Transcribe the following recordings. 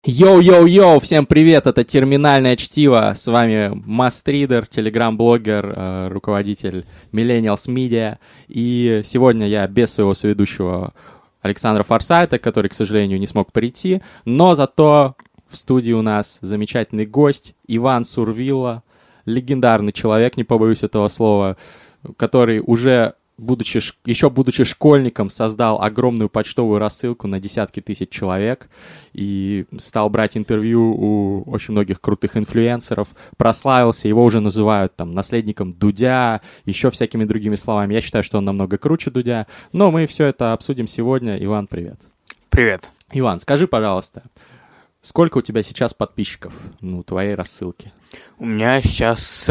Йоу-йоу-йоу, всем привет, это «Терминальное чтиво», с вами мастридер, телеграм-блогер, руководитель Millennials Media, и сегодня я без своего соведущего Александра Форсайта, который, к сожалению, не смог прийти, но зато в студии у нас замечательный гость Иван Сурвилла, легендарный человек, не побоюсь этого слова, который уже... будучи школьником, создал огромную почтовую рассылку на десятки тысяч человек и стал брать интервью у очень многих крутых инфлюенсеров, прославился, его уже называют там наследником Дудя, еще всякими другими словами. Я считаю, что он намного круче Дудя, но мы все это обсудим сегодня. Иван, привет. Привет. Иван, скажи, пожалуйста, сколько у тебя сейчас подписчиков, твоей рассылки? У меня сейчас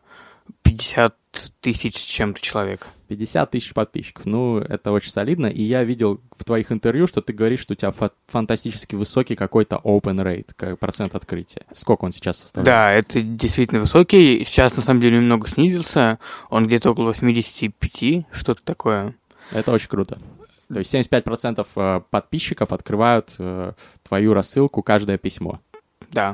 50 тысяч с чем-то человек. 50 тысяч подписчиков. Это очень солидно. И я видел в твоих интервью, что ты говоришь, что у тебя фантастически высокий какой-то open rate, процент открытия. Сколько он сейчас составляет? Да, это действительно высокий. Сейчас, на самом деле, немного снизился. Он где-то около 85, что-то такое. Это очень круто. То есть 75% подписчиков открывают твою рассылку каждое письмо. Да.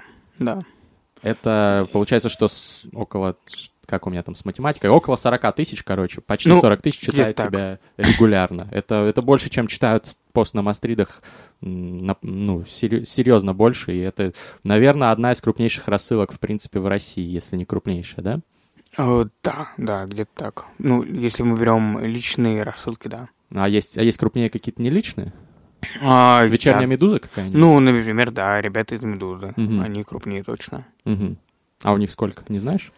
Это получается, что около... Как у меня там с математикой? Около 40 тысяч, почти 40 тысяч читают тебя регулярно. Это больше, чем читают пост на мастридах, серьезно больше. И это, наверное, одна из крупнейших рассылок, в принципе, в России, если не крупнейшая, да? Да, где-то так. Если мы берем личные рассылки, да. А есть крупнее какие-то не личные? Вечерняя «Медуза» какая-нибудь? Например, да, ребята из «Медузы». Они крупнее точно. А у них сколько, не знаешь?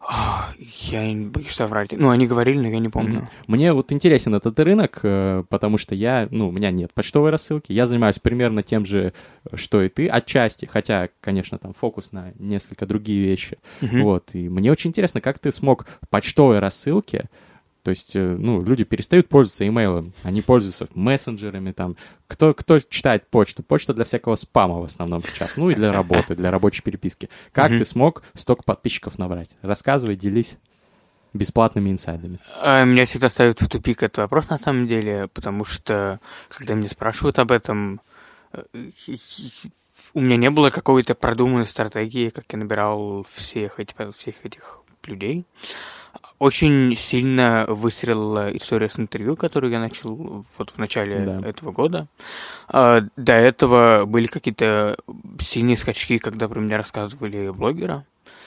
Я не боюсь соврать. Они говорили, но я не помню. Мне интересен этот рынок, потому что у меня нет почтовой рассылки. Я занимаюсь примерно тем же, что и ты, отчасти, хотя, конечно, там фокус на несколько другие вещи. И мне очень интересно, как ты смог почтовой рассылке. То есть, люди перестают пользоваться имейлом, они пользуются мессенджерами, там. Кто читает почту? Почта для всякого спама в основном сейчас, и для работы, для рабочей переписки. Как ты смог столько подписчиков набрать? Рассказывай, делись бесплатными инсайдами. Меня всегда ставит в тупик этот вопрос, на самом деле, потому что, когда меня спрашивают об этом, у меня не было какой-то продуманной стратегии, как я набирал всех этих людей. Очень сильно выстрелила история с интервью, которую я начал в начале этого года. До этого были какие-то сильные скачки, когда про меня рассказывали блогеры.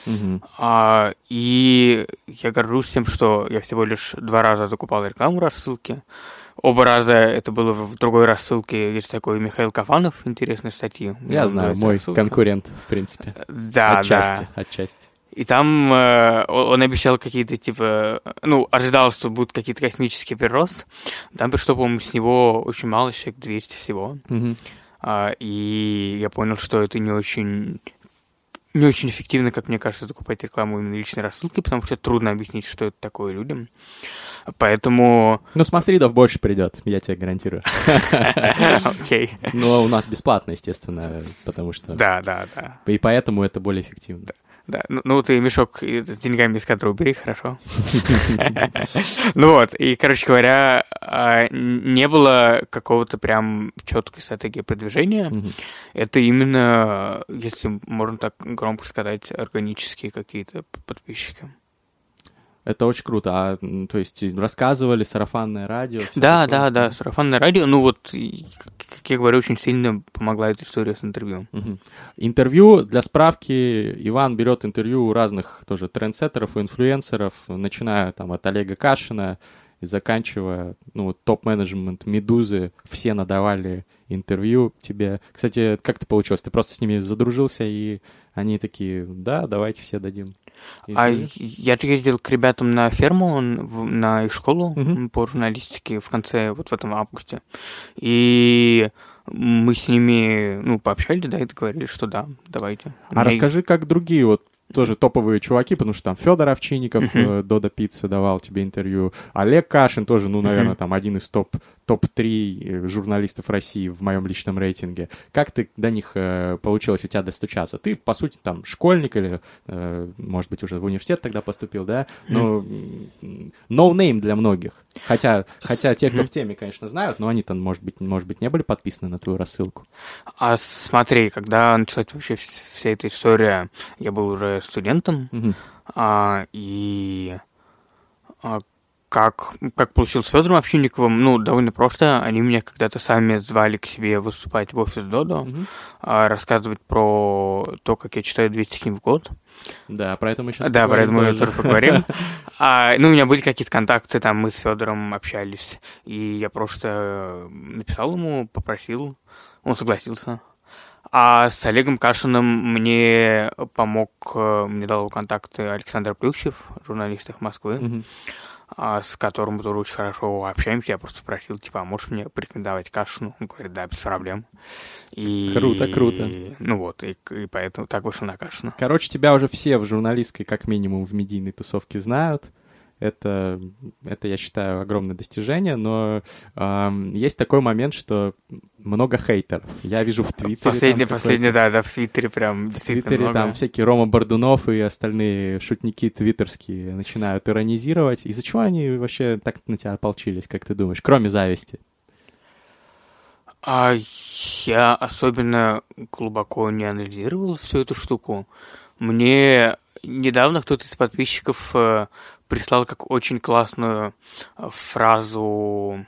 И я горжусь тем, что я всего лишь 2 раза закупал рекламу в рассылке. Оба раза это было в другой рассылке. Есть такой Михаил Кафанов, интересные статьи. Я знаю, мой конкурент, в принципе. Да, отчасти. И там он обещал какие-то, ожидал, что будут какие-то космические прирост. Там пришло, по-моему, с него очень мало, человек 200 всего. И я понял, что это не очень эффективно, как мне кажется, закупать рекламу именно личной рассылки, потому что трудно объяснить, что это такое людям. Поэтому... с мастридов больше придет, я тебе гарантирую. Окей. Но у нас бесплатно, естественно, потому что... Да. И поэтому это более эффективно. Да, ты мешок с деньгами из кадра убери, хорошо. И, короче говоря, не было какого-то прям четкой стратегии продвижения. Это именно, если можно так громко сказать, органические какие-то подписчики. Это очень круто. То есть рассказывали, сарафанное радио? Да, сарафанное радио. Как я говорю, очень сильно помогла эта история с интервью. Интервью, для справки, Иван берет интервью у разных тоже трендсеттеров и инфлюенсеров, начиная там от Олега Кашина и заканчивая, топ-менеджмент «Медузы», все надавали интервью тебе. Кстати, как это получилось? Ты просто с ними задружился, и они такие, да, давайте все дадим. Я ездил к ребятам на ферму, на их школу по журналистике в конце, в этом августе. И мы с ними, пообщались, и договорились, что да, давайте. Расскажи, как другие тоже топовые чуваки, потому что там Федор Овчинников, Додо Пицца давал тебе интервью, Олег Кашин тоже, ну, наверное, там один из топ-3 журналистов России в моем личном рейтинге. Как ты до них получилось у тебя достучаться? Ты, по сути, там школьник или, может быть, уже в университет тогда поступил, да? Ну, no name для многих. Хотя те, кто в теме, конечно, знают, но они там, может быть, не были подписаны на твою рассылку. А смотри, когда началась вообще вся эта история, я был уже студентом, как получилось с Федором Овчинниковым, ну, довольно просто. Они меня когда-то сами звали к себе выступать в офис Додо, рассказывать про то, как я читаю 200 книг в год. Да, про это мы сейчас поговорим. Да, про это мы тоже поговорим. Ну, у меня были какие-то контакты, там мы с Федором общались, и я просто написал ему, попросил, он согласился. А с Олегом Кашиным мне помог, мне дал контакты Александр Плющев, журналист «Эхо Москвы», с которым мы тоже очень хорошо общаемся. Я просто спросил, типа, а можешь мне порекомендовать Кашину? Он говорит, да, без проблем. Круто. Ну вот, и поэтому так вышел на Кашина. Короче, тебя уже все в журналистской, как минимум, в медийной тусовке знают. Это, я считаю, огромное достижение, но есть такой момент, что много хейтеров. Я вижу в Твиттере... Последний, да, в Твиттере прям действительно много. В Твиттере там всякие Рома Бордунов и остальные шутники твиттерские начинают иронизировать. Из-за чего они вообще так на тебя ополчились, как ты думаешь, кроме зависти? Я особенно глубоко не анализировал всю эту штуку. Мне недавно кто-то из подписчиков прислал как очень классную фразу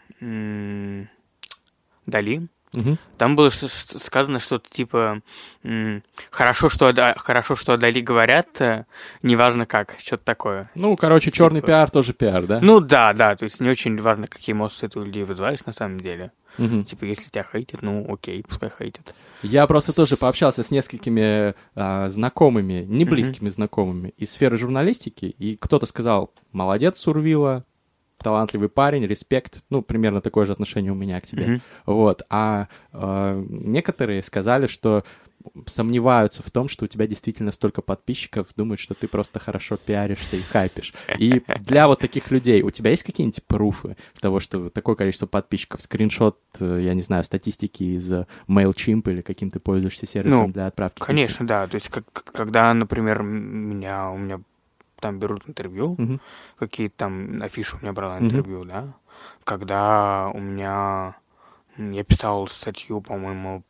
Дали. Там было сказано что-то типа «Хорошо, что о Дали говорят, неважно как», что-то такое. Ну, короче, черный пиар тоже пиар, да? Ну да, то есть не очень важно, какие эмоции ты у людей вызываешь на самом деле. Типа, если тебя хейтят, ну окей, пускай хейтят. Я просто тоже пообщался с несколькими знакомыми, не близкими знакомыми из сферы журналистики, и кто-то сказал «Молодец, Сурвила», талантливый парень, респект, ну, примерно такое же отношение у меня к тебе. Вот. А некоторые сказали, что сомневаются в том, что у тебя действительно столько подписчиков, думают, что ты просто хорошо пиаришься и хайпишь. И для вот таких людей у тебя есть какие-нибудь пруфы того, что такое количество подписчиков? Скриншот, я не знаю, статистики из MailChimp или каким ты пользуешься сервисом для отправки? Конечно, да. То есть, когда, например, у меня там берут интервью, какие-то там Афиша у меня брала интервью, да, когда у меня... Я писал статью, по-моему,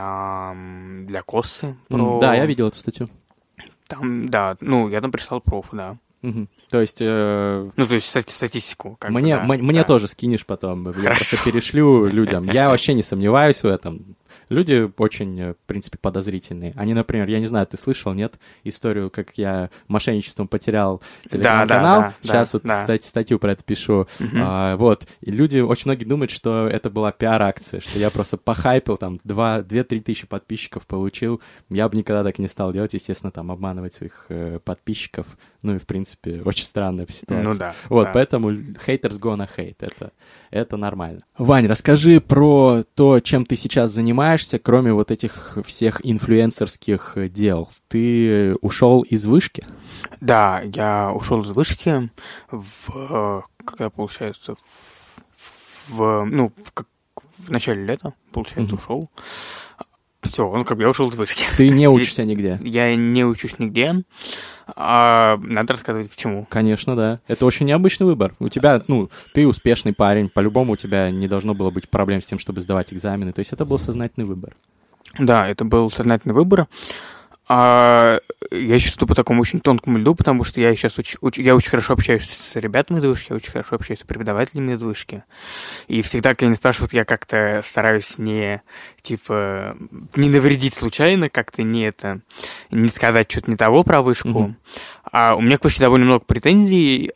для Коссы. Да, я видел эту статью. Там, да, ну, я там прислал проф, да. То есть... Ну, то есть статистику. Мне тоже скинешь потом. Я просто перешлю людям. Я вообще не сомневаюсь в этом. Люди очень, в принципе, подозрительные. Они, например, я не знаю, ты слышал, нет, историю, как я мошенничеством потерял телеграм-канал. Сейчас статью про это пишу. Вот. И люди, очень многие думают, что это была пиар-акция, что я просто похайпил, там, 2-3 тысячи подписчиков получил. Я бы никогда так не стал делать, естественно, там, обманывать своих подписчиков. Ну и, в принципе, очень странная ситуация. Ну да. Вот, поэтому haters gonna hate. Это нормально. Вань, расскажи про то, чем ты сейчас занимаешься, кроме вот этих всех инфлюенсерских дел. Ты ушел из вышки? Да, я ушел из вышки когда, получается, в начале лета, получается, ушел. Все, я ушел из вышки. Ты не учишься нигде? Я не учусь нигде. Надо рассказывать, почему. Конечно, да. Это очень необычный выбор. У тебя, ты успешный парень, по-любому у тебя не должно было быть проблем с тем, чтобы сдавать экзамены. То есть это был сознательный выбор. Да, это был сознательный выбор. Я сейчас иду по такому очень тонкому льду, потому что я сейчас я очень хорошо общаюсь с ребятами из вышки, я очень хорошо общаюсь с преподавателями из вышки. И всегда, когда они спрашивают, я как-то стараюсь не навредить случайно, как-то не сказать что-то не того про вышку. А у меня к вышке довольно много претензий.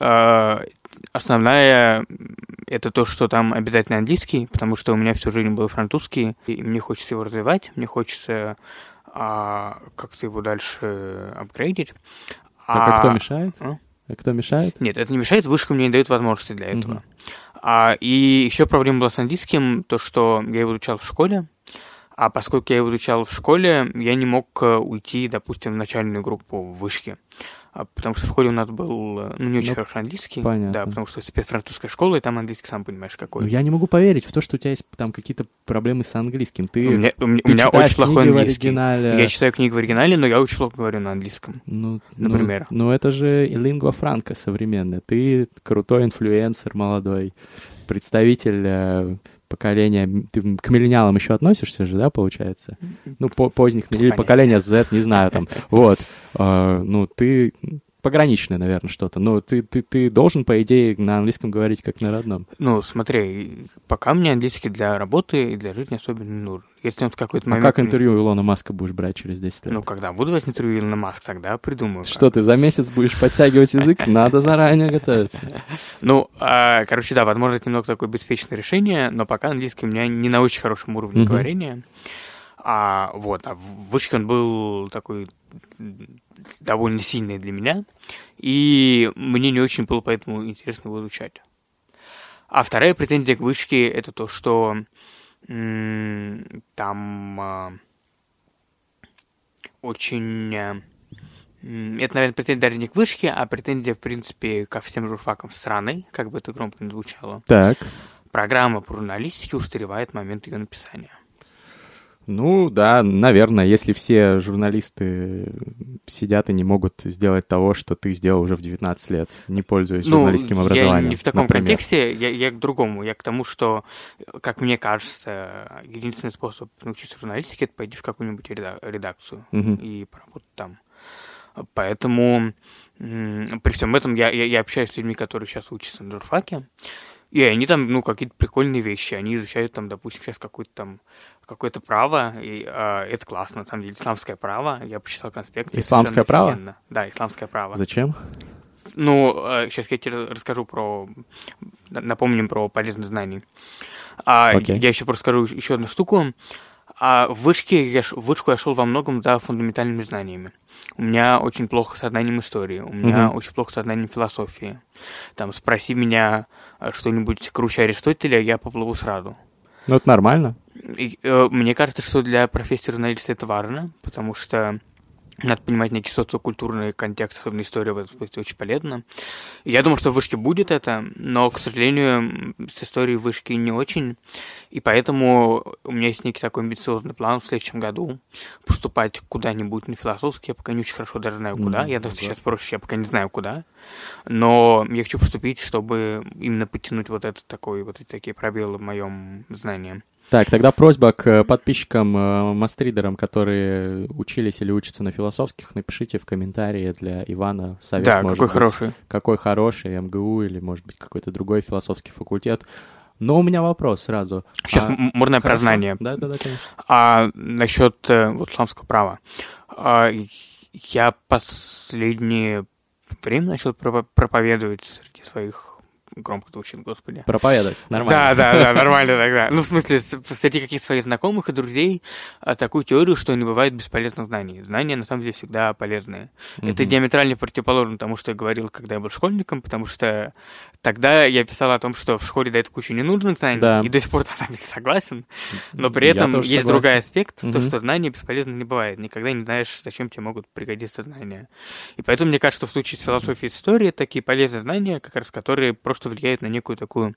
Основная — это то, что там обязательно английский, потому что у меня всю жизнь был французский, и мне хочется его развивать, мне хочется как-то его дальше апгрейдить. Так, кто мешает? Кто мешает? Нет, это не мешает, вышка мне не дает возможности для этого. И еще проблема была с английским, то, что я его изучал в школе, А поскольку я его изучал в школе, я не мог уйти, допустим, в начальную группу в вышке. Потому что в школе у нас был не очень хороший английский. Понятно. Да, потому что спецфранцузская школа, и там английский, сам понимаешь, какой. Ну, я не могу поверить в то, что у тебя есть там какие-то проблемы с английским. У меня очень плохой английский. Я читаю книги в оригинале, но я очень плохо говорю на английском. Например. Ну, это же лингва франка современная. Ты крутой инфлюенсер молодой, представитель поколения... Ты к миллениалам еще относишься же, да, получается? Ну, поздних, или поколение Z, не знаю, там. Вот. Ну, ты пограничное, наверное, что-то. Но ты должен, по идее, на английском говорить как на родном. Ну, смотри, пока мне английский для работы и для жизни особенно не нужен. Если он в какой-то момент... А как интервью Илона Маска будешь брать через 10 лет? Ну, когда буду брать интервью Илона Маска, тогда придумаю. Что, ты за месяц будешь подтягивать язык? Надо заранее готовиться. Ну, короче, да, возможно, это немного такое беспечное решение, но пока английский у меня не на очень хорошем уровне говорения. А в вышке он был такой довольно сильный для меня, и мне не очень было поэтому интересно его изучать. А вторая претензия к вышке — это то, что там очень... это, наверное, претензия даже не к вышке, а претензия, в принципе, ко всем журфакам страны, как бы это громко не звучало. Так. Программа по журналистике устаревает в момент ее написания. Ну, да, наверное, если все журналисты сидят и не могут сделать того, что ты сделал уже в 19 лет, не пользуясь журналистским образованием. Я не в таком контексте, я к другому. Я к тому, что, как мне кажется, единственный способ научиться журналистике — это пойти в какую-нибудь редакцию и поработать там. Поэтому при всем этом я общаюсь с людьми, которые сейчас учатся на журфаке, и они там, какие-то прикольные вещи. Они изучают там, допустим, сейчас какое-то право, и это классно, на самом деле, исламское право. Я почитал конспект. Исламское право? Офигенно. Да, исламское право. Зачем? Сейчас я тебе расскажу напомним про полезные знания. Я еще просто скажу еще одну штуку. В вышку я шел во многом за фундаментальными знаниями. У меня очень плохо с знанием истории, у меня очень плохо с знанием философии. Там, спроси меня что-нибудь круче Аристотеля, я поплыву сразу. Ну, это нормально. Мне кажется, что для профессии журналиста это важно, потому что надо понимать некий социокультурный контекст, особенно история в этом смысле очень полезна. Я думаю, что в вышке будет это, но, к сожалению, с историей в вышке не очень. И поэтому у меня есть некий такой амбициозный план в следующем году поступать куда-нибудь на философский. Я пока не очень хорошо даже знаю, куда. Я даже сейчас проще, я пока не знаю, куда. Но я хочу поступить, чтобы именно подтянуть вот эти такие пробелы в моем знании. Так, тогда просьба к подписчикам, мастридерам, которые учились или учатся на философских, напишите в комментарии для Ивана совет. Да, какой хороший. Какой хороший, МГУ или, может быть, какой-то другой философский факультет. Но у меня вопрос сразу. Сейчас можно про знания. Да, конечно. Насчет исламского права. Я последнее время начал проповедовать среди своих... Громко звучит, господи. Проповедовать, нормально. Да, нормально тогда. В смысле, среди каких-то своих знакомых и друзей такую теорию, что не бывает бесполезных знаний. Знания, на самом деле, всегда полезные. Это диаметрально противоположно тому, что я говорил, когда я был школьником, потому что тогда я писал о том, что в школе дает кучу ненужных знаний, и до сих пор, на самом деле, согласен. Но при этом есть другой аспект, то, что знания бесполезны не бывает. Никогда не знаешь, зачем тебе могут пригодиться знания. И поэтому мне кажется, что в случае с философией и историей такие полезные знания, как раз которые просто влияют на некую такую...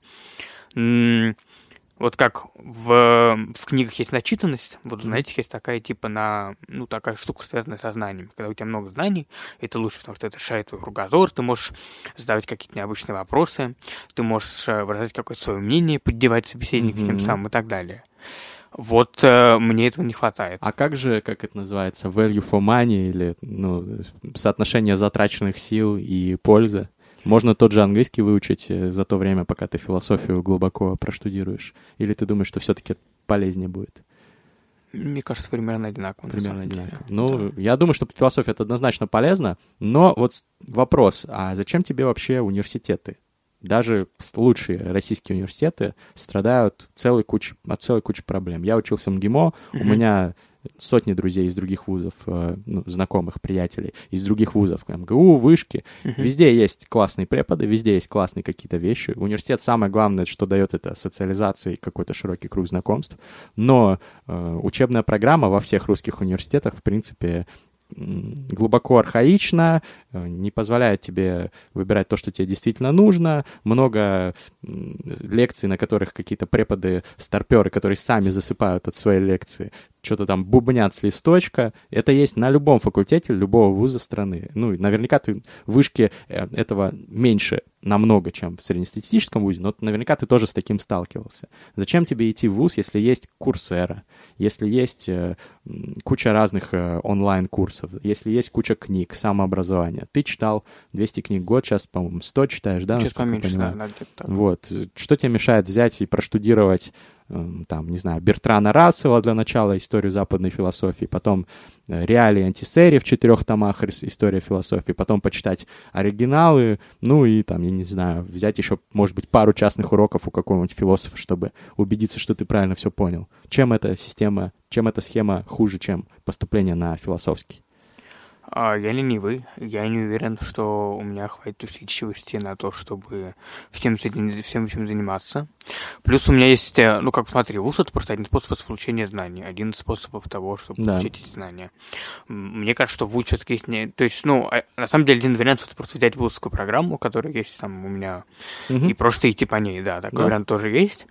Вот как в книгах есть начитанность, вот в знаете, есть такая такая штука, связанная со знаниями. Когда у тебя много знаний, это лучше, потому что это расширяет твой кругозор, ты можешь задавать какие-то необычные вопросы, ты можешь выражать какое-то свое мнение, поддевать собеседника тем самым и так далее. Вот мне этого не хватает. А как это называется, value for money или соотношение затраченных сил и пользы? Можно тот же английский выучить за то время, пока ты философию глубоко проштудируешь? Или ты думаешь, что все-таки полезнее будет? Мне кажется, примерно одинаково. Да. Я думаю, что философия — это однозначно полезно, но вот вопрос, а зачем тебе вообще университеты? Даже лучшие российские университеты страдают от целой кучи проблем. Я учился в МГИМО, у меня сотни друзей из других вузов, знакомых, приятелей из других вузов, МГУ, вышки. Везде есть классные преподы, везде есть классные какие-то вещи. Университет самое главное, что дает, это социализация и какой-то широкий круг знакомств. Но учебная программа во всех русских университетах, в принципе, глубоко архаично, не позволяет тебе выбирать то, что тебе действительно нужно. Много лекций, на которых какие-то преподы-старпёры, которые сами засыпают от своей лекции, что-то там бубнят с листочка. Это есть на любом факультете любого вуза страны. Ну, наверняка ты в вышке этого меньше намного, чем в среднестатистическом вузе, но наверняка ты тоже с таким сталкивался. Зачем тебе идти в вуз, если есть Coursera, если есть куча разных онлайн-курсов, если есть куча книг, самообразования? Ты читал 200 книг в год, сейчас, по-моему, 100 читаешь, да? Сейчас поменьше, да, где-то так. Вот. Что тебе мешает взять и проштудировать, там, не знаю, Бертрана Рассела для начала, историю западной философии, потом Реали Антисери в 4 томах, история философии, потом почитать оригиналы, ну и там, я не знаю, взять еще, может быть, пару частных уроков у какого-нибудь философа, чтобы убедиться, что ты правильно все понял. Чем эта система, чем эта схема хуже, чем поступление на философский? Я ленивый, я не уверен, что у меня хватит усидчивости на то, чтобы всем этим заниматься. Плюс у меня есть, смотри, вуз — это просто один способ получения знаний, один из способов того, чтобы получить эти знания. Мне кажется, что вуз все-таки есть не... То есть, на самом деле, один вариант — это просто взять вузовскую программу, которая есть там у меня, и просто идти по ней, да, такой вариант тоже есть.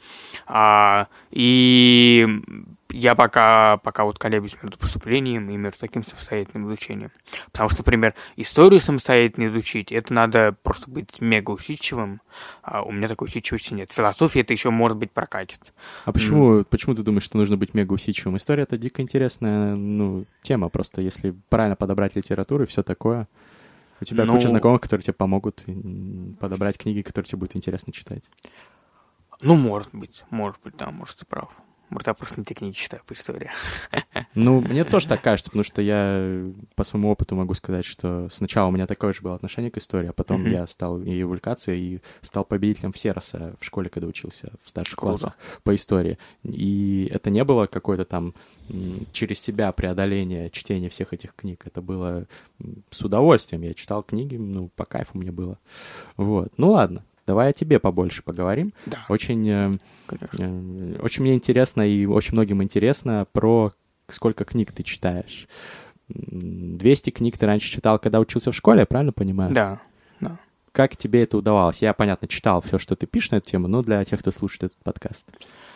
И я пока вот колеблюсь между поступлением и между таким самостоятельным изучением. Потому что, например, историю самостоятельно изучить, это надо просто быть мега усидчивым, а у меня такой усидчивости нет. Философия это еще, может быть, прокатит. А почему ты думаешь, что нужно быть мега усидчивым? История — это дико интересная, тема, просто если правильно подобрать литературу и все такое. У тебя куча знакомых, которые тебе помогут подобрать книги, которые тебе будет интересно читать. Может быть, да, может, ты прав. Может, я просто не те книги читаю по истории. Мне тоже так кажется, потому что я по своему опыту могу сказать, что сначала у меня такое же было отношение к истории, а потом я стал и увлекаться, и стал победителем Всероса в школе, когда учился в старших классах по истории. И это не было какое-то там через себя преодоление чтения всех этих книг. Это было с удовольствием. Я читал книги, по кайфу мне было. Вот. Ладно. Давай о тебе побольше поговорим. Да. Очень мне интересно, и очень многим интересно, про сколько книг ты читаешь. 200 книг ты раньше читал, когда учился в школе, я правильно понимаю? Да. Как тебе это удавалось? Я, понятно, читал все, что ты пишешь на эту тему, но для тех, кто слушает этот подкаст.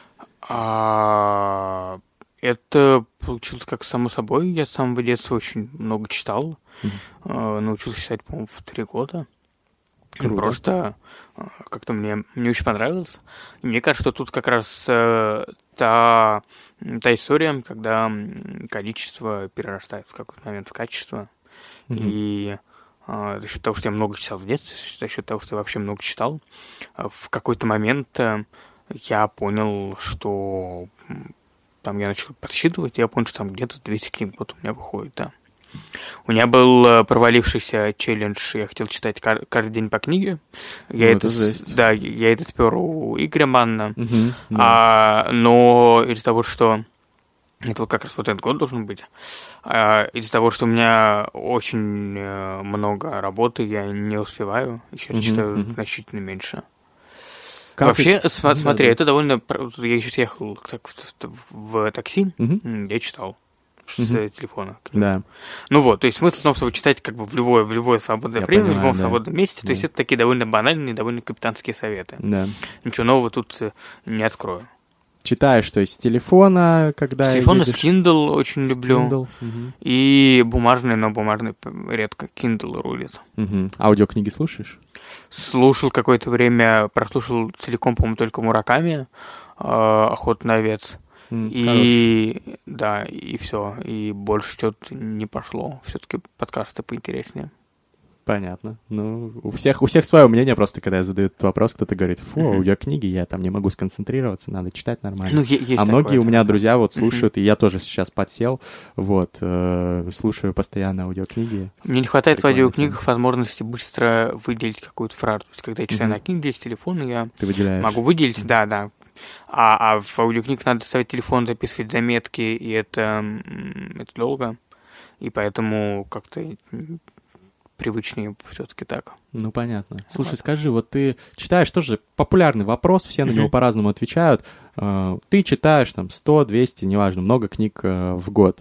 Это получилось как само собой. Я с самого детства очень много читал. Научился читать, по-моему, в 3 года. Круто. Просто как-то мне очень понравилось. И мне кажется, что тут как раз та история, когда количество перерастает в какой-то момент в качество. И за счет того, что я много читал в детстве, за счет того, что я вообще много читал, в какой-то момент я понял, что там я начал подсчитывать, и я понял, что там где-то 200 книг вот у меня выходит, да. У меня был провалившийся челлендж, я хотел читать каждый день по книге. Я это спер у Игоря Манна. Но из-за того, что... Это вот как раз вот этот год должен быть. Из-за того, что у меня очень много работы, я не успеваю. Еще читаю значительно меньше. Вообще, смотри, это довольно... Я сейчас ехал в такси, я читал с телефона. Да. То есть смысл снова всего читать как бы в любое свободное время, в любом свободном месте. То есть это такие довольно банальные, довольно капитанские советы. Да. Ничего нового тут не открою. Читаешь, то есть с телефона, когда... С телефона, с Kindle очень люблю. И бумажный, но бумажный редко. Kindle рулит. Аудиокниги слушаешь? Слушал какое-то время, прослушал целиком, по-моему, только Мураками, «Охота на овец». И все. И больше что-то не пошло. Все-таки подкасты поинтереснее. Понятно. У всех свое мнение, просто когда я задаю этот вопрос, кто-то говорит: аудиокниги, я там не могу сконцентрироваться, надо читать нормально. Есть многие у меня друзья слушают, и я тоже сейчас подсел, слушаю постоянно аудиокниги. Мне не хватает в аудиокнигах возможности быстро выделить какую-то фразу. То есть, когда я читаю на книге с телефона, я могу выделить, да. А в аудиокниг надо ставить телефон, записывать заметки, и это долго. И поэтому как-то привычнее все-таки так. Ну, понятно. Слушай, скажи, вот ты читаешь, тоже популярный вопрос, все на него по-разному отвечают. Ты читаешь там 100, 200, неважно, много книг в год.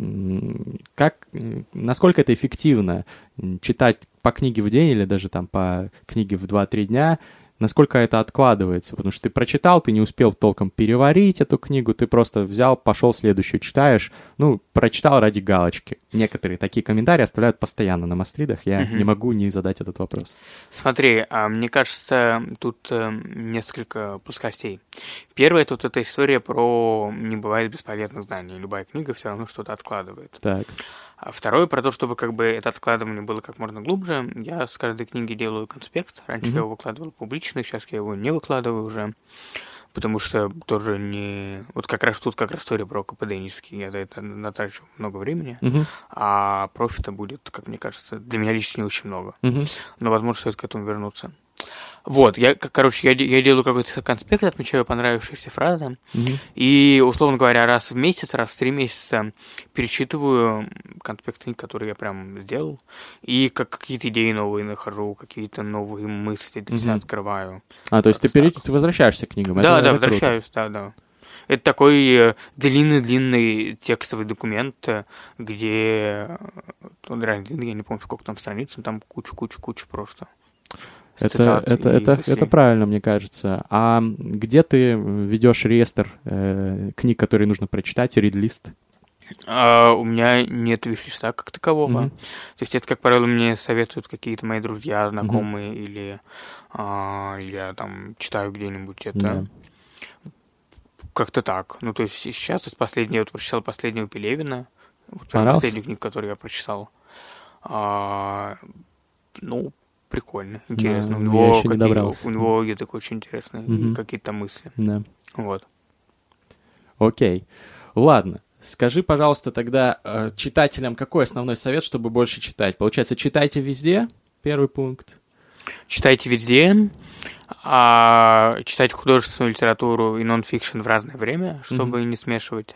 Насколько это эффективно читать по книге в день или даже там по книге в 2-3 дня? Насколько это откладывается? Потому что ты прочитал, ты не успел толком переварить эту книгу, ты просто взял, пошел следующую читаешь, прочитал ради галочки. Некоторые такие комментарии оставляют постоянно на Мастридах, я не могу не задать этот вопрос. Смотри, мне кажется, тут несколько плоскостей. Первое, тут эта история про «не бывает бесполезных знаний». Любая книга все равно что-то откладывает. Так. А второе, про то, чтобы как бы это откладывание было как можно глубже. Я с каждой книги делаю конспект. Раньше я его выкладывал публично, сейчас я его не выкладываю уже. Потому что тоже не... Вот как раз тут как раз история про КПДнический. Я за это натрачу много времени. А профита будет, как мне кажется, для меня лично не очень много. Но, возможно, стоит к этому вернуться. Вот, я делаю какой-то конспект, отмечаю понравившиеся фразы, и, условно говоря, раз в месяц, раз в 3 месяца перечитываю конспект книг, которые я прям сделал, и какие-то идеи новые нахожу, какие-то новые мысли для себя открываю. То есть ты возвращаешься к книгам? Да, возвращаюсь, да. Это такой длинный-длинный текстовый документ, где, он реально длинный, я не помню, сколько там страниц, но там куча просто. Это правильно, мне кажется. А где ты ведешь реестр книг, которые нужно прочитать, рид-лист? У меня нет виш-листа как такового. То есть это, как правило, мне советуют какие-то мои друзья, знакомые, или я там читаю где-нибудь это. Как-то так. То есть сейчас я прочитал последнего Пелевина. Последнюю книгу, которую я прочитал. Прикольно, интересно. У него язык очень интересный, и какие-то мысли. Да. Вот. Окей. Ладно. Скажи, пожалуйста, тогда читателям какой основной совет, чтобы больше читать? Получается, читайте везде, первый пункт. Читайте везде, читайте художественную литературу и нон-фикшн в разное время, чтобы не смешивать.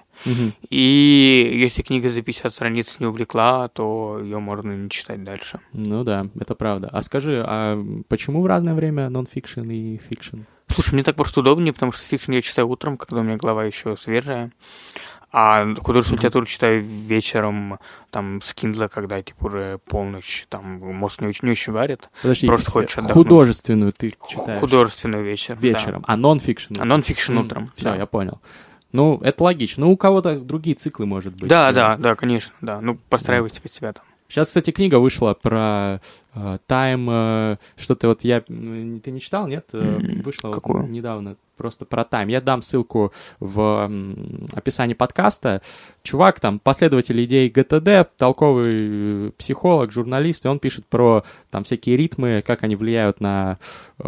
И если книга за 50 страниц не увлекла, то ее можно не читать дальше. Ну да, это правда. А скажи, почему в разное время нон-фикшн и фикшн? Слушай, мне так просто удобнее, потому что фикшн я читаю утром, когда у меня голова еще свежая. А художественную литературу читаю вечером, там, с Kindle, когда, уже полночь, там, мозг не очень варит. Подожди, просто хочешь отдохнуть. Художественную ты читаешь? Художественную вечером, да. А нон-фикшн? А нон-фикшн утром. Все, да. Я понял. Это логично. У кого-то другие циклы, может быть. Да, конечно, да. Подстраивайте под себя там. Сейчас, кстати, книга вышла про Time, что-то ты не читал, нет? Вышла недавно. Просто про Time. Я дам ссылку в описании подкаста. Чувак там, последователь идей ГТД, толковый психолог, журналист, и он пишет про там всякие ритмы, как они влияют на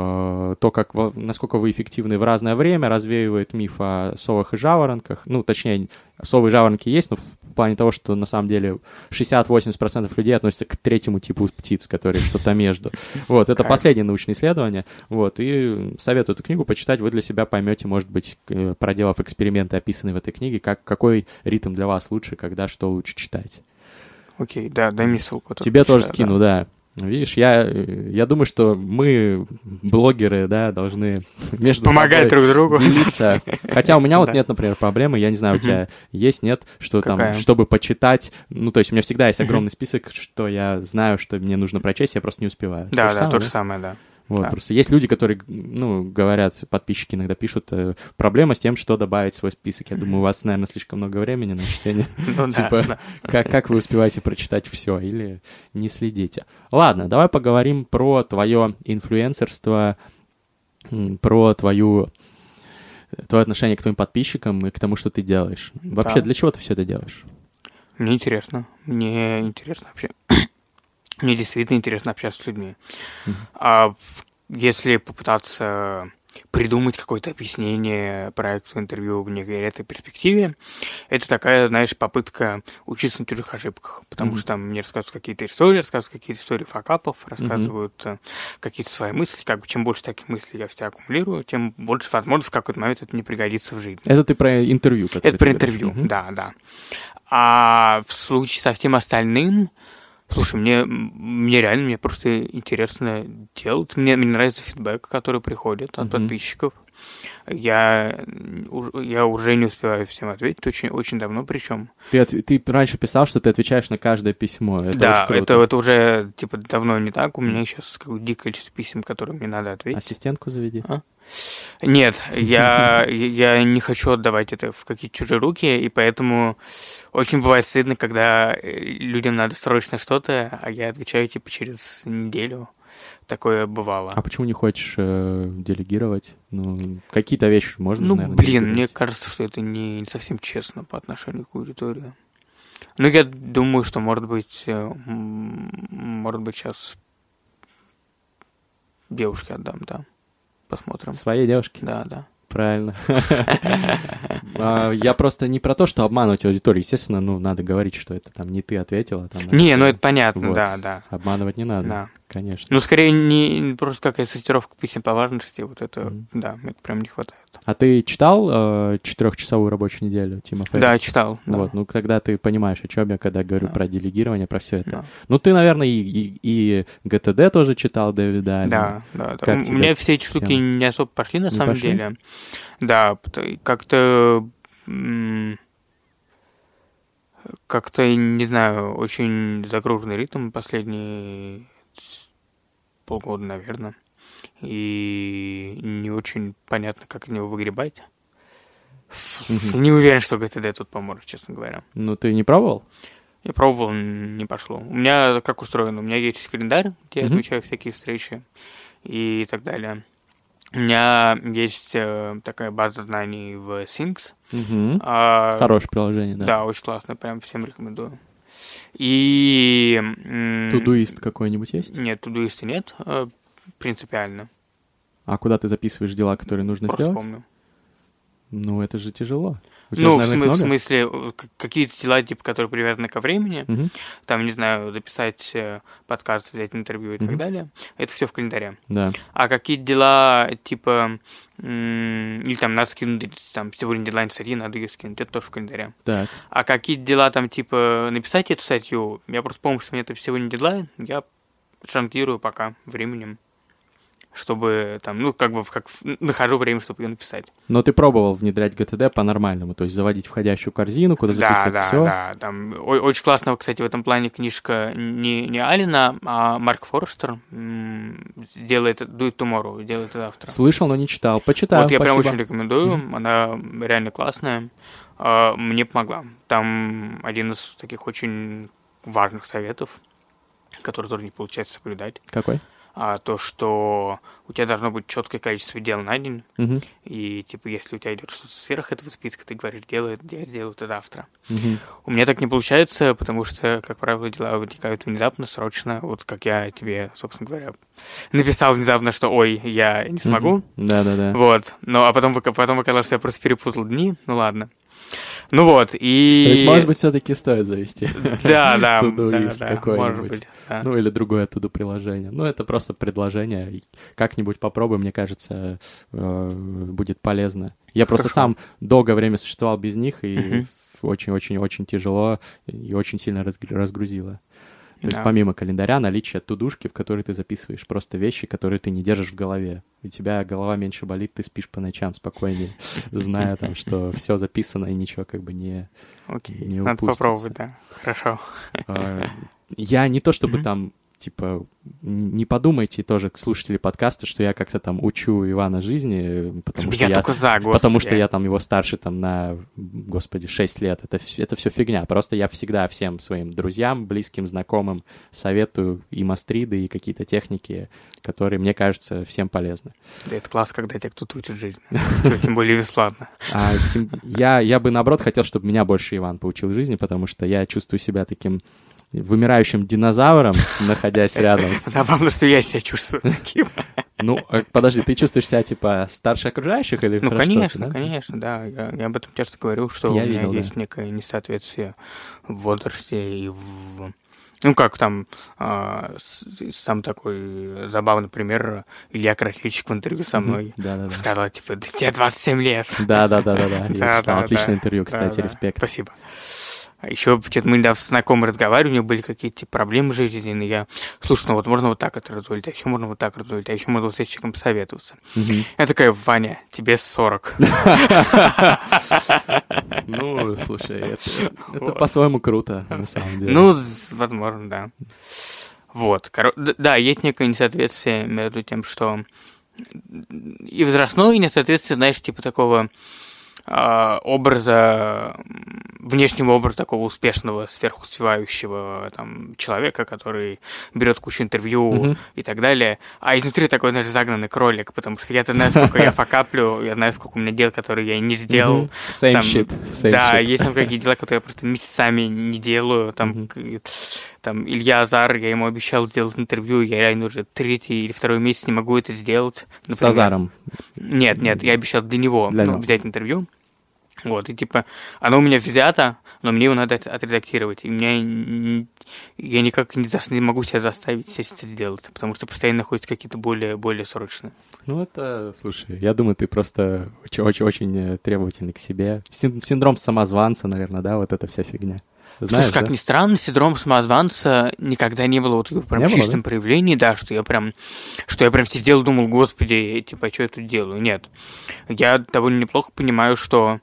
то, насколько вы эффективны в разное время, развеивает миф о совах и жаворонках. Точнее, совы и жаворонки есть, но в плане того, что на самом деле 60-80% людей относятся к третьему типу птиц, которые что-то между. Это последнее научное исследование. И советую эту книгу почитать, вы для себя поймете, может быть, проделав эксперименты, описанные в этой книге, какой ритм для вас лучше, когда что лучше читать. Окей, да, дай мне ссылку. Тебе тоже скину, да. Видишь, я думаю, что мы, блогеры, да, должны между помогать собой друг другу делиться. Хотя у меня нет, например, проблемы, я не знаю, у тебя есть, нет, что там, чтобы почитать, то есть у меня всегда есть огромный список, что я знаю, что мне нужно прочесть, я просто не успеваю. Да, то же самое, да. Просто есть люди, которые, говорят, подписчики иногда пишут, проблема с тем, что добавить в свой список. Я думаю, у вас, наверное, слишком много времени на чтение. Как вы успеваете прочитать все или не следите? Ладно, давай поговорим про твое инфлюенсерство, про твое отношение к твоим подписчикам и к тому, что ты делаешь. Вообще, для чего ты все это делаешь? Мне интересно вообще. Мне действительно интересно общаться с людьми. А если попытаться придумать какое-то объяснение проекту интервью в некой этой перспективе. Это такая, знаешь, попытка учиться на чужих ошибках, потому что там мне рассказывают какие-то истории факапов, рассказывают какие-то свои мысли. Как бы чем больше таких мыслей я в себя аккумулирую, тем больше возможностей в какой-то момент это не пригодится в жизни. Это ты про интервью? Это про интервью, да. А в случае со всем остальным, слушай, мне реально просто интересно делать. Мне нравится фидбэк, который приходит от подписчиков. Я уже не успеваю всем ответить, очень, очень давно причем. Ты раньше писал, что ты отвечаешь на каждое письмо. Да, это уже типа давно не так. У меня сейчас дикое количество писем, которые мне надо ответить. Ассистентку заведи. Нет, я не хочу отдавать это в какие-то чужие руки, и поэтому очень бывает стыдно, когда людям надо срочно что-то, а я отвечаю типа через неделю. Такое бывало. А почему не хочешь делегировать? Ну, какие-то вещи можно, наверное, мне кажется, что это не совсем честно по отношению к аудитории. Ну, я думаю, что, может быть, сейчас девушке отдам, да. Посмотрим. Своей девушке? Да. Правильно. Я просто не про то, что обманывать аудиторию. Естественно, надо говорить, что это там не ты ответила. Не, это понятно, да. Обманывать не надо, да. Конечно. Ну, скорее, не просто какая-то сортировка писем по важности, вот это, да, это прям не хватает. А ты читал 4-часовую рабочую неделю Тима Ферриса? Да, читал. Вот, да. Тогда ты понимаешь, о чем я, когда говорю про делегирование, про все это. Да. Ты, наверное, и ГТД тоже читал Дэвида Аллена. Да. У меня все эти штуки не особо пошли, на самом деле. Да, как-то, не знаю, очень загруженный ритм последние полгода, наверное. И не очень понятно, как от него выгребать. Не уверен, что ГТД тут поможет, честно говоря. Ты не пробовал? Я пробовал, не пошло. У меня как устроено? У меня есть календарь, где я отмечаю всякие встречи и так далее. У меня есть такая база знаний в Things. Хорошее приложение, да. Да, очень классно, прям всем рекомендую. И... Тудуист какой-нибудь есть? Нет, тудуиста нет, принципиально. А куда ты записываешь дела, которые нужно Просто сделать? помню. Это же тяжело. В смысле, какие-то дела, типа, которые привязаны ко времени, там, не знаю, записать подкаст, взять интервью и так далее, это все в календаре. Да. А какие дела, типа, или там надо скинуть, там, сегодня дедлайн статьи, надо ее скинуть, это тоже в календаре. Так. А какие дела, там, типа, написать эту статью, я просто помню, что у меня это сегодня дедлайн, я жонглирую пока временем, чтобы там, нахожу время, чтобы ее написать. Но ты пробовал внедрять ГТД по-нормальному, то есть заводить входящую корзину, куда записывать все? Да. Там очень классно, кстати, в этом плане книжка не Алина, а Марк Форстер делает Do It Tomorrow, делает это завтра. Слышал, но не читал. Почитаю, Вот я спасибо. прям очень рекомендую, она реально классная. Мне помогла. Там один из таких очень важных советов, который тоже не получается соблюдать. Какой? То, что у тебя должно быть четкое количество дел на день, и, типа, если у тебя идет что-то сверх этого списка, ты говоришь, я сделаю это завтра. У меня так не получается, потому что, как правило, дела вытекают внезапно, срочно, вот как я тебе, собственно говоря, написал внезапно, что, ой, я не смогу. Да. Вот, а потом оказалось, что я просто перепутал дни, ладно. Вот, и... То есть, может быть, все-таки стоит завести. Да, Тудуист какой-нибудь. может быть. Да. Или другое туду приложение. Это просто предложение. Как-нибудь попробуй, мне кажется, будет полезно. Я просто сам долгое время существовал без них, и очень-очень-очень тяжело и очень сильно разгрузило. То есть помимо календаря наличие тудушки, в которой ты записываешь просто вещи, которые ты не держишь в голове. У тебя голова меньше болит, ты спишь по ночам спокойнее, зная там, что все записано и ничего не упустится. Надо попробовать, да. Хорошо. Я не то чтобы там типа, не подумайте тоже, слушатели подкаста, что я как-то там учу Ивана жизни, потому что я там его старше там на, 6 лет. Это все фигня. Просто я всегда всем своим друзьям, близким, знакомым советую и мастриды, и какие-то техники, которые, мне кажется, всем полезны. Да, это классно, когда тебя кто-то учит жизни. Тем более бесплатно. Я бы, наоборот, хотел, чтобы меня больше Иван поучил жизни, потому что я чувствую себя таким вымирающим динозавром, находясь рядом. Забавно, что я себя чувствую таким. Ну, подожди, ты чувствуешь себя, типа, старше окружающих или Ну, про что-то, конечно, да? конечно, да. Я об этом часто говорю, что Я у меня видел, есть да. некое несоответствие в возрасте и в... Ну, как там, сам такой забавный пример, Илья Красильщик в интервью со мной Да-да-да. сказал, типа, да тебе 27 лет. Да-да-да-да. Я читал. Отличное интервью, кстати, Да. респект. Спасибо. А еще что-то мы недавно с знакомым разговаривали, у него были какие-то типа, проблемы жизненные, и я, слушай, ну вот можно вот так это разрулить, а еще можно вот так разрулить, а еще можно вот с этим посоветоваться. Я такая, Ваня, тебе 40. Ну, слушай, это по-своему круто, на самом деле. Ну, возможно, да. Вот. Да, есть некое несоответствие между тем, что и возрастное и несоответствие, знаешь, типа такого образа, внешнего образа такого успешного, сверхуспевающего там, человека, который берет кучу интервью и так далее, а изнутри такой, знаешь, загнанный кролик, потому что я-то знаю, сколько я факаплю, я знаю, сколько у меня дел, которые я не сделал. Same shit. Да, есть там какие дела, которые я просто месяцами не делаю, там Илья Азар, я ему обещал сделать интервью, я реально уже 3-й или 2-й месяц не могу это сделать. С Азаром? Нет, я обещал для него взять интервью. Вот, и типа, оно у меня взято, но мне его надо отредактировать. И я никак не могу себя заставить сесть это делать, потому что постоянно находятся какие-то более срочные. Ну, это, слушай, я думаю, ты просто очень требовательный к себе. Синдром самозванца, наверное, да, вот эта вся фигня. Знаешь, слушай, как ни странно, синдром самозванца никогда не было вот прям в чистом проявлении, да, что я прям сидел и думал, господи, типа, что я тут делаю? Нет. Я довольно неплохо понимаю, что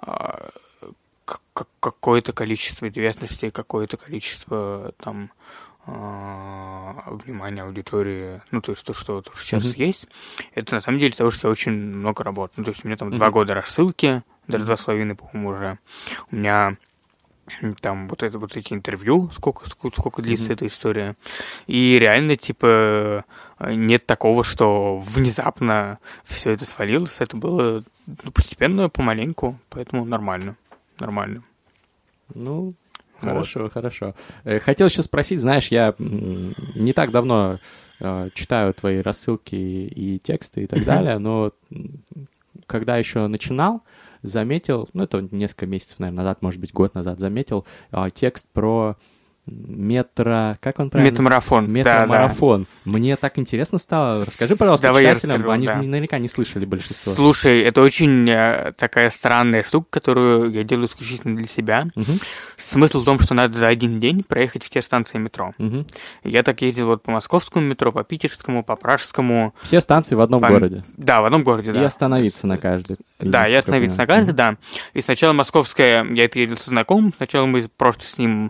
какое-то количество известности, какое-то количество там внимания аудитории, ну, то есть то, что сейчас есть, это на самом деле того, что я очень много работаю. Ну, то есть у меня там 2 года рассылки, даже 2,5, по-моему, уже. У меня там вот эти интервью, сколько длится эта история. И реально, типа, нет такого, что внезапно все это свалилось. Это было постепенно, помаленьку, поэтому нормально. Ну, хорошо. Хотел еще спросить, знаешь, я не так давно читаю твои рассылки и тексты и так далее, но когда еще начинал, заметил, ну, это несколько месяцев, наверное, назад, может быть, год назад, заметил текст про как он правильно? Метамарафон. Метамарафон. Да. Мне так интересно стало. Расскажи, пожалуйста, читателям, они наверняка не слышали большинство. Слушай, это очень такая странная штука, которую я делаю исключительно для себя. Смысл в том, что надо за один день проехать все станции метро. Я так ездил вот по московскому метро, по питерскому, по пражскому. Все станции в одном городе? Да, в одном городе, да. И остановиться на каждой. Да, и остановиться на каждой, да. И сначала московская, я это ездил со знакомым, сначала мы просто с ним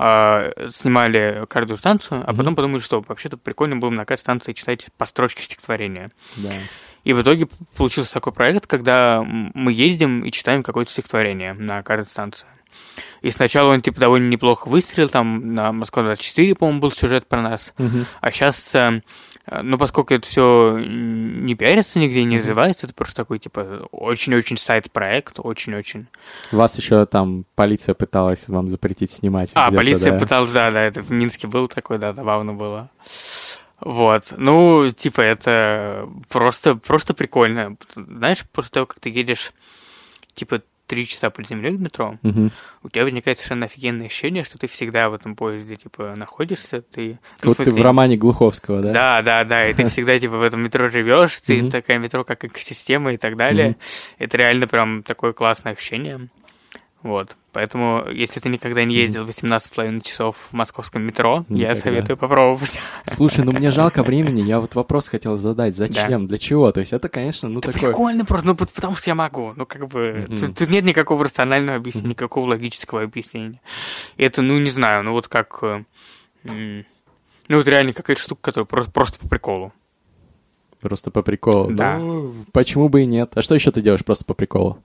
снимали каждую станцию, а потом подумали, что вообще-то прикольно было на каждой станции читать по строчке стихотворения. Да. И в итоге получился такой проект, когда мы ездим и читаем какое-то стихотворение на каждой станции. И сначала он, типа, довольно неплохо выстрелил, там на Москва-24, по-моему, был сюжет про нас. А сейчас, ну, поскольку это все не пиарится нигде, не развивается, это просто такой, типа, очень-очень сайт-проект, очень-очень. Вас еще там полиция пыталась вам запретить снимать. Полиция пыталась, да, это в Минске было такое, да, забавно было. Вот, ну, типа, это просто прикольно. Знаешь, после того, как ты едешь, типа, 3 часа под землей в метро, у тебя возникает совершенно офигенное ощущение, что ты всегда в этом поезде, типа, находишься, ты... Вот ты в романе Глуховского, да? Да, и ты всегда, типа, в этом метро живешь, ты такая метро, как экосистема и так далее. Это реально прям такое классное ощущение. Вот, поэтому, если ты никогда не ездил 18,5 часов в московском метро, я советую попробовать. Слушай, ну мне жалко времени, я вот вопрос хотел задать, зачем, для чего? То есть это, конечно, ну такое... Прикольно просто, ну потому что я могу, ну как бы, тут нет никакого рационального объяснения, никакого логического объяснения. Это, ну не знаю, ну вот как, ну вот реально какая-то штука, которая просто по приколу. Просто по приколу? Да. Ну, почему бы и нет? А что еще ты делаешь просто по приколу?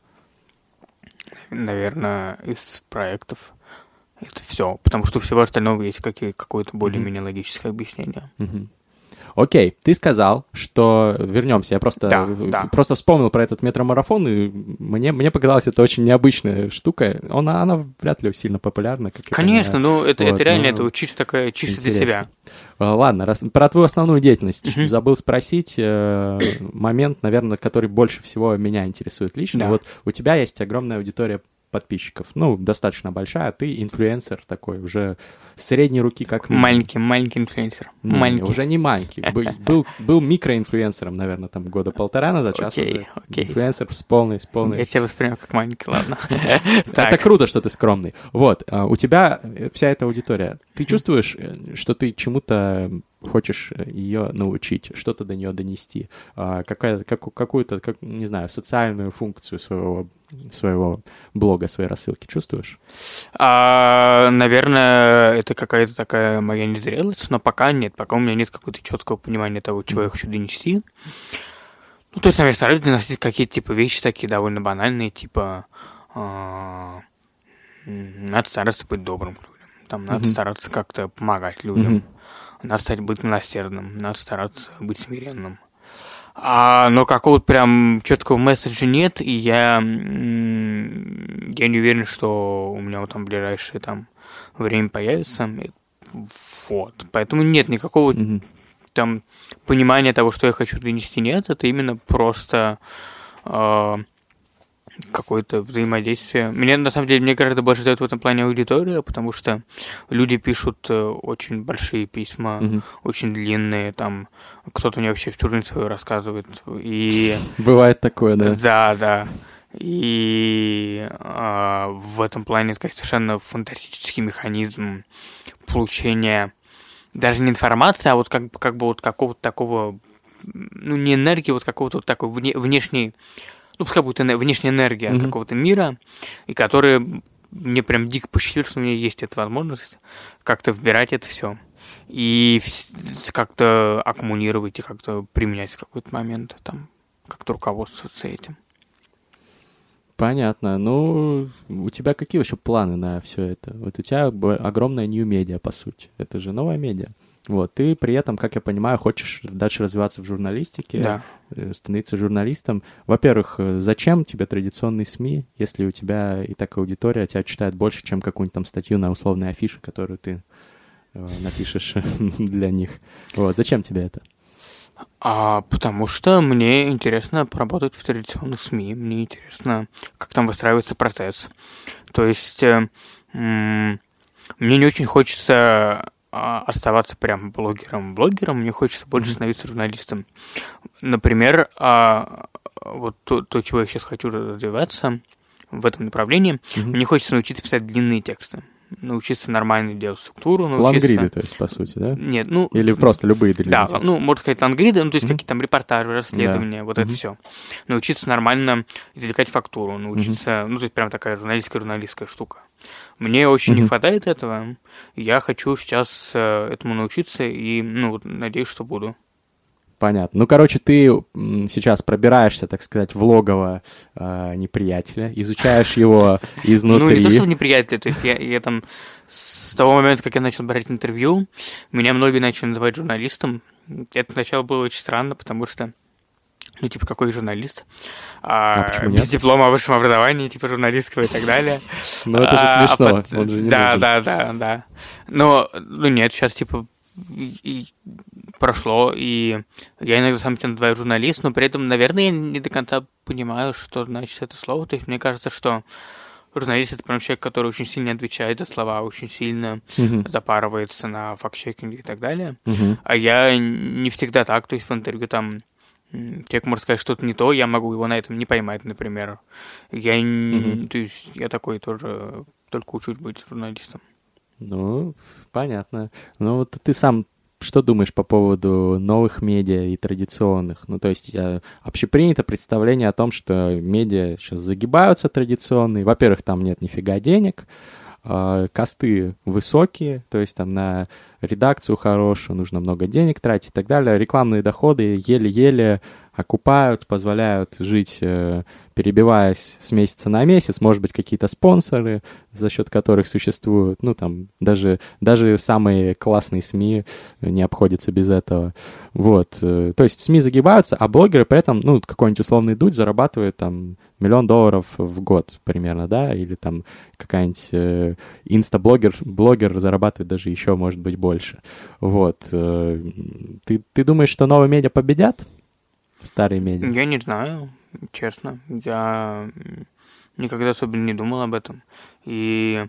Наверное, из проектов это все, потому что у всего остального есть какое-то более-менее логическое объяснение. Окей, ты сказал, что вернемся. Я просто вспомнил про этот метромарафон, и мне показалось, это очень необычная штука. Она вряд ли сильно популярна. Конечно, это реально, это чисто для себя. Ладно, про твою основную деятельность забыл спросить. Момент, наверное, который больше всего меня интересует лично. Да. Вот у тебя есть огромная аудитория подписчиков, достаточно большая, а ты инфлюенсер такой, уже средней руки как минимум. Маленький инфлюенсер. Уже не маленький. Был микроинфлюенсером, наверное, там года 1,5 назад, сейчас уже инфлюенсер с полной. Я тебя воспринимаю как маленький, ладно. Это круто, что ты скромный. Вот, у тебя вся эта аудитория. Ты чувствуешь, что ты чему-то хочешь ее научить, что-то до нее донести, какую-то, не знаю, социальную функцию своего блога, своей рассылки чувствуешь? Наверное, это какая-то такая моя незрелость, но пока нет, пока у меня нет какого-то четкого понимания того, чего я хочу донести. То есть, я стараюсь доносить какие-то, вещи такие довольно банальные, надо стараться быть добрым к людям, надо стараться как-то помогать людям, надо быть милосердным, надо стараться быть смиренным. Но какого-то прям четкого месседжа нет, и я не уверен, что у меня там в ближайшее время появится. Вот. Поэтому нет никакого там понимания того, что я хочу донести, нет. Это именно просто какое-то взаимодействие. На самом деле, мне гораздо больше дает в этом плане аудитория, потому что люди пишут очень большие письма, очень длинные, кто-то мне вообще всю жизнь свою рассказывает. И... Бывает такое, да? Да. И в этом плане это совершенно фантастический механизм получения даже не информации, а как бы какого-то такого, не энергии, какого-то такой внешней, пускай будет внешняя энергия от какого-то мира, и которая мне прям дико посчастливила, что у меня есть эта возможность как-то вбирать это все и как-то аккумулировать и как-то применять в какой-то момент, как-то руководствоваться этим. Понятно. У тебя какие вообще планы на все это? Вот у тебя огромная нью-медиа, по сути. Это же новая медиа. Вот, ты при этом, как я понимаю, хочешь дальше развиваться в журналистике, становиться журналистом. Во-первых, зачем тебе традиционные СМИ, если у тебя и так аудитория тебя читает больше, чем какую-нибудь статью на условной афише, которую ты напишешь для них? Вот, зачем тебе это? Потому что мне интересно поработать в традиционных СМИ, мне интересно, как там выстраивается процесс. То есть мне не очень хочется оставаться прям блогером, мне хочется больше становиться журналистом. Например, вот то, чего я сейчас хочу развиваться в этом направлении, мне хочется научиться писать длинные тексты, научиться нормально делать структуру. Лонгриды, то есть, по сути, да? Нет, Или просто любые длинные тексты? Да, можно сказать лонгриды, то есть какие-то репортажи, расследования, это все. Научиться нормально извлекать фактуру, научиться, то есть прям такая журналистская штука. Мне очень не хватает этого. Я хочу сейчас этому научиться и, надеюсь, что буду. Понятно. ты сейчас пробираешься, так сказать, в логово неприятеля, изучаешь его изнутри. Не то, что неприятеля, то есть я с того момента, как я начал брать интервью, меня многие начали называть журналистом. Это сначала было очень странно, потому что какой журналист? Почему нет? Без диплома о высшем образовании, журналистского и так далее. Это же смешно, он же не нужен. Да. Но, нет, сейчас, и прошло, и я иногда сам себя называю журналист, но при этом, наверное, я не до конца понимаю, что значит это слово. То есть мне кажется, что журналист — это прям человек, который очень сильно отвечает за слова, очень сильно запарывается на факт-чекинге и так далее. А я не всегда так, то есть в интервью человек может сказать что-то не то, я могу его на этом не поймать, например. То есть я такой тоже, только учусь быть журналистом. Понятно. Ты сам что думаешь по поводу новых медиа и традиционных? То есть общепринято представление о том, что медиа сейчас загибаются традиционные. Во-первых, там нет нифига денег, косты высокие, то есть на редакцию хорошую нужно много денег тратить и так далее. Рекламные доходы еле-еле окупают, позволяют жить, перебиваясь с месяца на месяц, может быть, какие-то спонсоры, за счет которых существуют, ну, там, даже самые классные СМИ не обходятся без этого, вот, то есть СМИ загибаются, а блогеры при этом, ну, какой-нибудь условный Дудь зарабатывает, там, $1 000 000 в год примерно, да, или там какая-нибудь инста-блогер зарабатывает даже еще, может быть, больше, вот, ты думаешь, что новые медиа победят? Старые медиа? Я не знаю, честно. Я никогда особенно не думал об этом. И,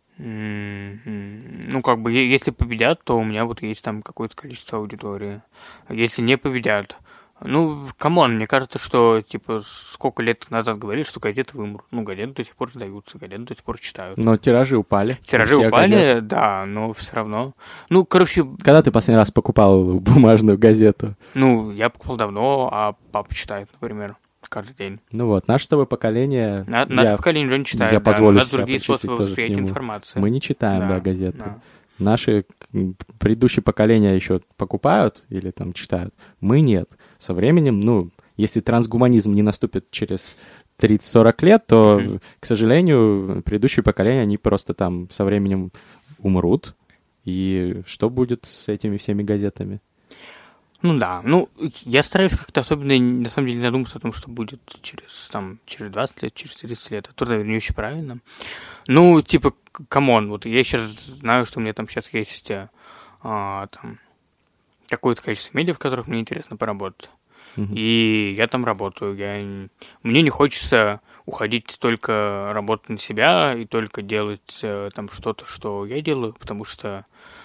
ну, как бы, если победят, то у меня вот есть там какое-то количество аудитории. Если не победят, ну, камон, мне кажется, что, типа, сколько лет назад говорили, что газеты вымрут. Ну, газеты до сих пор издаются, газеты до сих пор читают. Но тиражи упали. Тиражи упали, газет. Да, но все равно. Ну, короче... Когда ты последний раз покупал бумажную газету? Ну, я покупал давно, а папа читает, например, каждый день. Ну вот, наше с тобой поколение... Наше поколение уже не читает, я позволю у нас себя другие способы тоже восприятия информации. Мы не читаем, да, газеты. Да. Наши предыдущие поколения еще покупают или там читают, мы нет. Со временем, ну, если трансгуманизм не наступит через 30-40 лет, то, к сожалению, предыдущие поколения, они просто там со временем умрут. И что будет с этими всеми газетами? Ну да, ну, я стараюсь как-то особенно, на самом деле, задуматься о том, что будет через 20 лет, через 30 лет. Это, наверное, не очень правильно. Ну, типа, камон, вот я сейчас знаю, что у меня там сейчас есть там какое-то количество медиа, в которых мне интересно поработать. И я там работаю. Мне не хочется уходить только работать на себя и только делать там что-то, что я делаю, потому что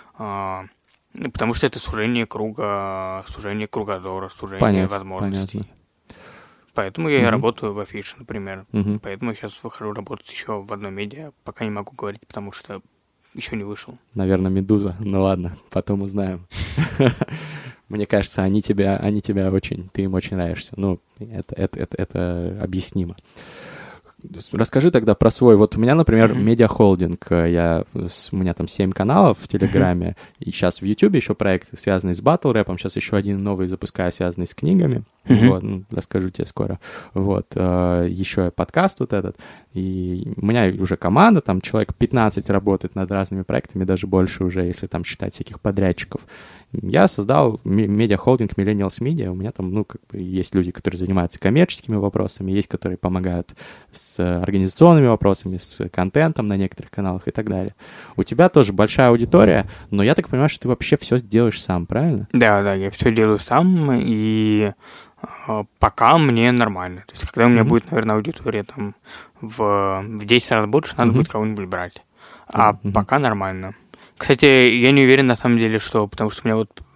это сужение кругозора, сужение возможностей. Понятно. Поэтому я работаю в Афише, например. Поэтому я сейчас выхожу работать еще в одном медиа. Пока не могу говорить, потому что еще не вышел. Наверное, «Медуза». Ну ладно, потом узнаем. Мне кажется, ты им очень нравишься. Ну, это объяснимо. Расскажи тогда про свой. Вот у меня, например, медиахолдинг. У меня там 7 каналов в Телеграме. И сейчас в Ютубе еще проект, связанный с батл рэпом. Сейчас еще один новый запускаю, связанный с книгами. Вот, расскажу тебе скоро. Вот. Еще подкаст вот этот. И у меня уже команда, там человек 15 работает над разными проектами, даже больше уже, если там считать всяких подрядчиков. Я создал медиахолдинг Millennials Media. У меня там, ну, как бы есть люди, которые занимаются коммерческими вопросами, есть, которые помогают с организационными вопросами, с контентом на некоторых каналах и так далее. У тебя тоже большая аудитория, но я так понимаю, что ты вообще все делаешь сам, правильно? Да, я все делаю сам, и пока мне нормально. То есть, когда у меня будет, наверное, аудитория там в 10 раз больше, надо будет кого-нибудь брать. А пока нормально. Кстати, я не уверен на самом деле, потому что у меня вот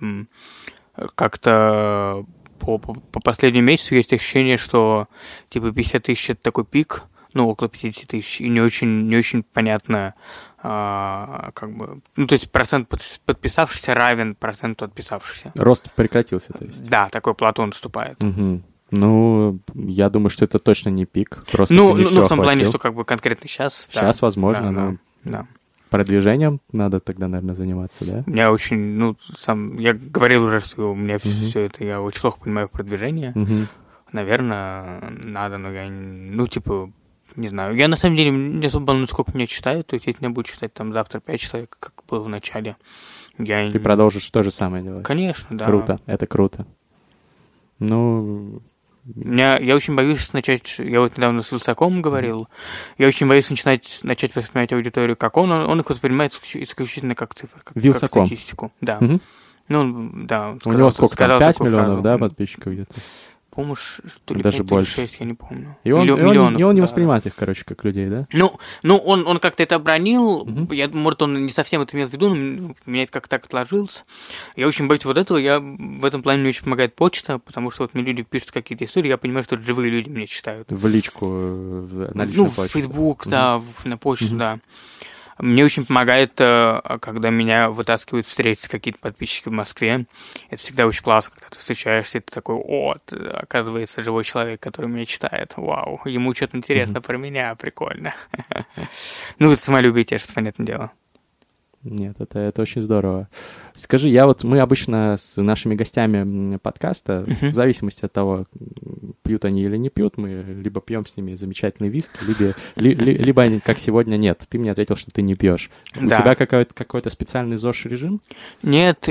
как-то по последнему месяцу есть ощущение, что типа 50 тысяч это такой пик, ну, около 50 тысяч, и не очень понятно, как бы, ну, то есть процент подписавшихся равен проценту отписавшихся. Рост прекратился, то есть? Да, такой плато наступает. Ну, я думаю, что это точно не пик. Просто ну, в том плане, что как бы конкретно сейчас. Сейчас, возможно, но да. Продвижением надо тогда, наверное, заниматься, да? У меня очень, я говорил уже, что у меня все это, я очень плохо понимаю продвижение. Наверное, надо, но я, не знаю. Я на самом деле не особо волнуюсь, сколько меня читают. То есть, если меня будет читать там завтра 5 человек, как было в начале, Ты продолжишь то же самое делать? Конечно, да. Круто, это круто. Ну... Я очень боюсь начать, я вот недавно с Вилсаком говорил, я очень боюсь начать воспринимать аудиторию как он их воспринимает исключительно как цифры, как статистику. Да. Ну, да. У него сколько там, 5 миллионов, да, подписчиков где-то? По-моему, что ли, даже 5 больше. или 6, я не помню. И он не воспринимает их, короче, как людей, да? Ну, он как-то это обронил, может, он не совсем это имел в виду, но меня это как-то так отложилось. Я очень боюсь вот этого, в этом плане мне очень помогает почта, потому что вот мне люди пишут какие-то истории, я понимаю, что это живые люди меня читают. В личку, на личную почту. В Facebook, да, на почту, да. Мне очень помогает, когда меня вытаскивают встретиться какие-то подписчики в Москве. Это всегда очень классно, когда ты встречаешься, и ты такой, оказывается, живой человек, который меня читает. Вау, ему что-то интересно про меня, прикольно. Ну, это самолюбие тешит, понятное дело. Нет, это очень здорово. Скажи, мы обычно с нашими гостями подкаста, в зависимости от того, пьют они или не пьют, мы либо пьем с ними замечательный виски, либо они, как сегодня, нет. Ты мне ответил, что ты не пьешь. У тебя какой-то специальный ЗОЖ-режим? Нет,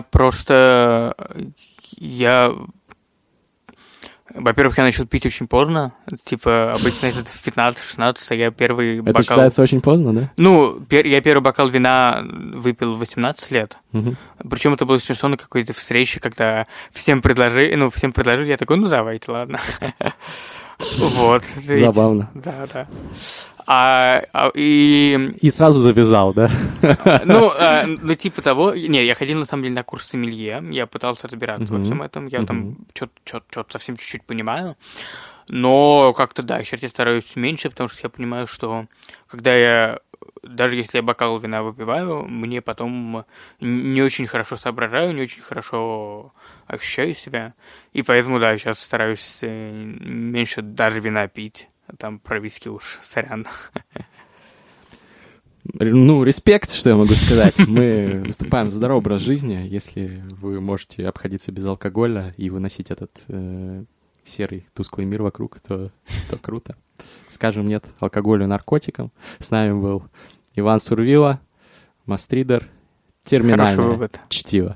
во-первых, я начал пить очень поздно. Типа, обычно это в 15-16, а я первый бокал... Это считается очень поздно, да? Ну, я первый бокал вина выпил в 18 лет. Причем это было смешно на какой-то встрече, когда всем предложили, я такой, ну, давайте, ладно. Вот. Забавно. Да. И сразу завязал, да? Ну, типа того... Не, я ходил, на самом деле, на курс сомелье. Я пытался разбираться во всем этом. Я там что-то совсем чуть-чуть понимаю. Но как-то, да, сейчас я стараюсь меньше, потому что я понимаю, что когда даже если я бокал вина выпиваю, мне потом не очень хорошо соображаю, не очень хорошо ощущаю себя. И поэтому, да, сейчас стараюсь меньше даже вина пить. Там про виски уж, сорян. Ну, респект, что я могу сказать. Мы выступаем за здоровый образ жизни. Если вы можете обходиться без алкоголя и выносить этот серый, тусклый мир вокруг, то круто. Скажем нет алкоголю и наркотикам. С нами был Иван Сурвила, Мастридер, терминальное чтиво.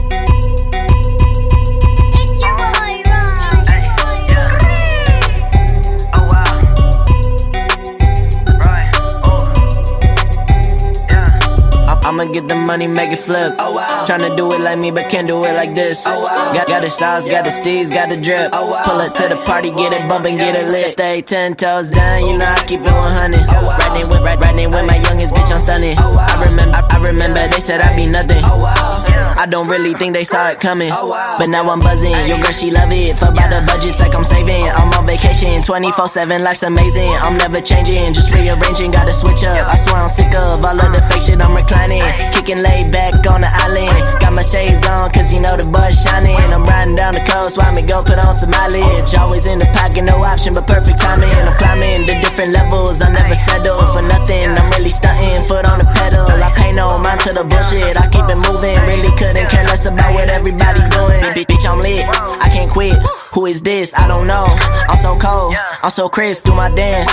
I'ma get the money, make it flip. Oh, wow. Tryna do it like me, but can't do it like this. Oh, wow. Got the sauce, got the steez, got the drip. Oh, wow. Pull up to the party, get it bumpin', get it lit. Stay 10 toes down, you know I keep it 100. Oh, wow. Riding with my youngest bitch, I'm stunning. Oh, wow. I remember they said I'd be nothing. Oh, wow. I don't really think they saw it coming. Oh, wow. But now I'm buzzing, your girl she love it. Fuck by the budgets like I'm saving. I'm on vacation, 24/7, life's amazing. I'm never changing, just rearranging, gotta switch up. I swear I'm sick of all of the fake shit, I'm reclining. Kicking laid back on the island. Got my shades on, cause you know the buzz shining. I'm riding down the coast, why me go put on some mileage. Always in the pocket, no option but perfect timing. I'm climbing the different levels, I never settle for nothing. I'm really stunting, foot on the pedal. I pay no mind to the bullshit, I keep it moving. Really couldn't care less about what everybody doing. Bitch, I'm lit, I can't quit. Who is this? I don't know. I'm so cold, I'm so crisp. Do my dance.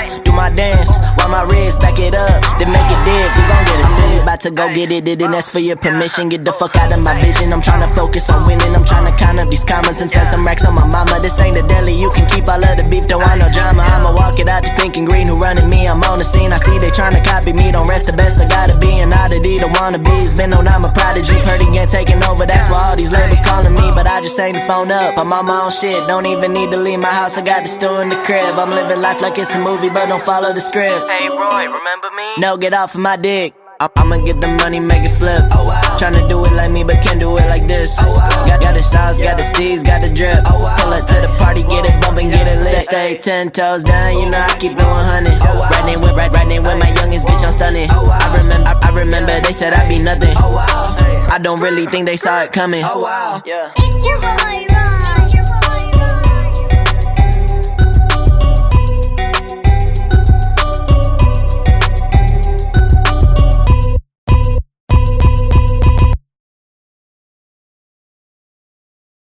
While my wrist back it up, then make it dip. We gon' get it. I'm really about to go get it, and that's for your permission. Get the fuck out of my vision. I'm tryna focus on winning. I'm tryna count up these commas and spend some racks on my mama. This ain't the deli, you can keep all of the beef. Don't want no drama. I'ma walk it out to pink and green. Who running me? I'm on the scene. I see they tryna copy me. Don't rest the best. I gotta be an oddity. The wannabes. Been known I'm a prodigy. Purdy ain't taking over. That's why all these labels calling me. But I just ain't the phone up. I'm on my own shit. Don't even need to leave my house. I got the store in the crib. I'm living life like it's a movie, but don't follow the script. Hey Roy, remember me? No, get off of my dick. I'ma get the money, make it flip. Oh, wow. Tryna do it like me, but can't do it like this. Oh, wow. Got the sauce, got the steez, got the drip. Oh, wow. Pull up to the party, get it bumpin', get it lit. Stay 10 toes down, you know I keep it 100. Oh, wow. Riding with my youngest bitch, I'm stunning. Oh, wow. I remember they said I'd be nothing. Oh, wow. I don't really think they saw it coming. Oh, wow. Yeah. It's your boy, Ron.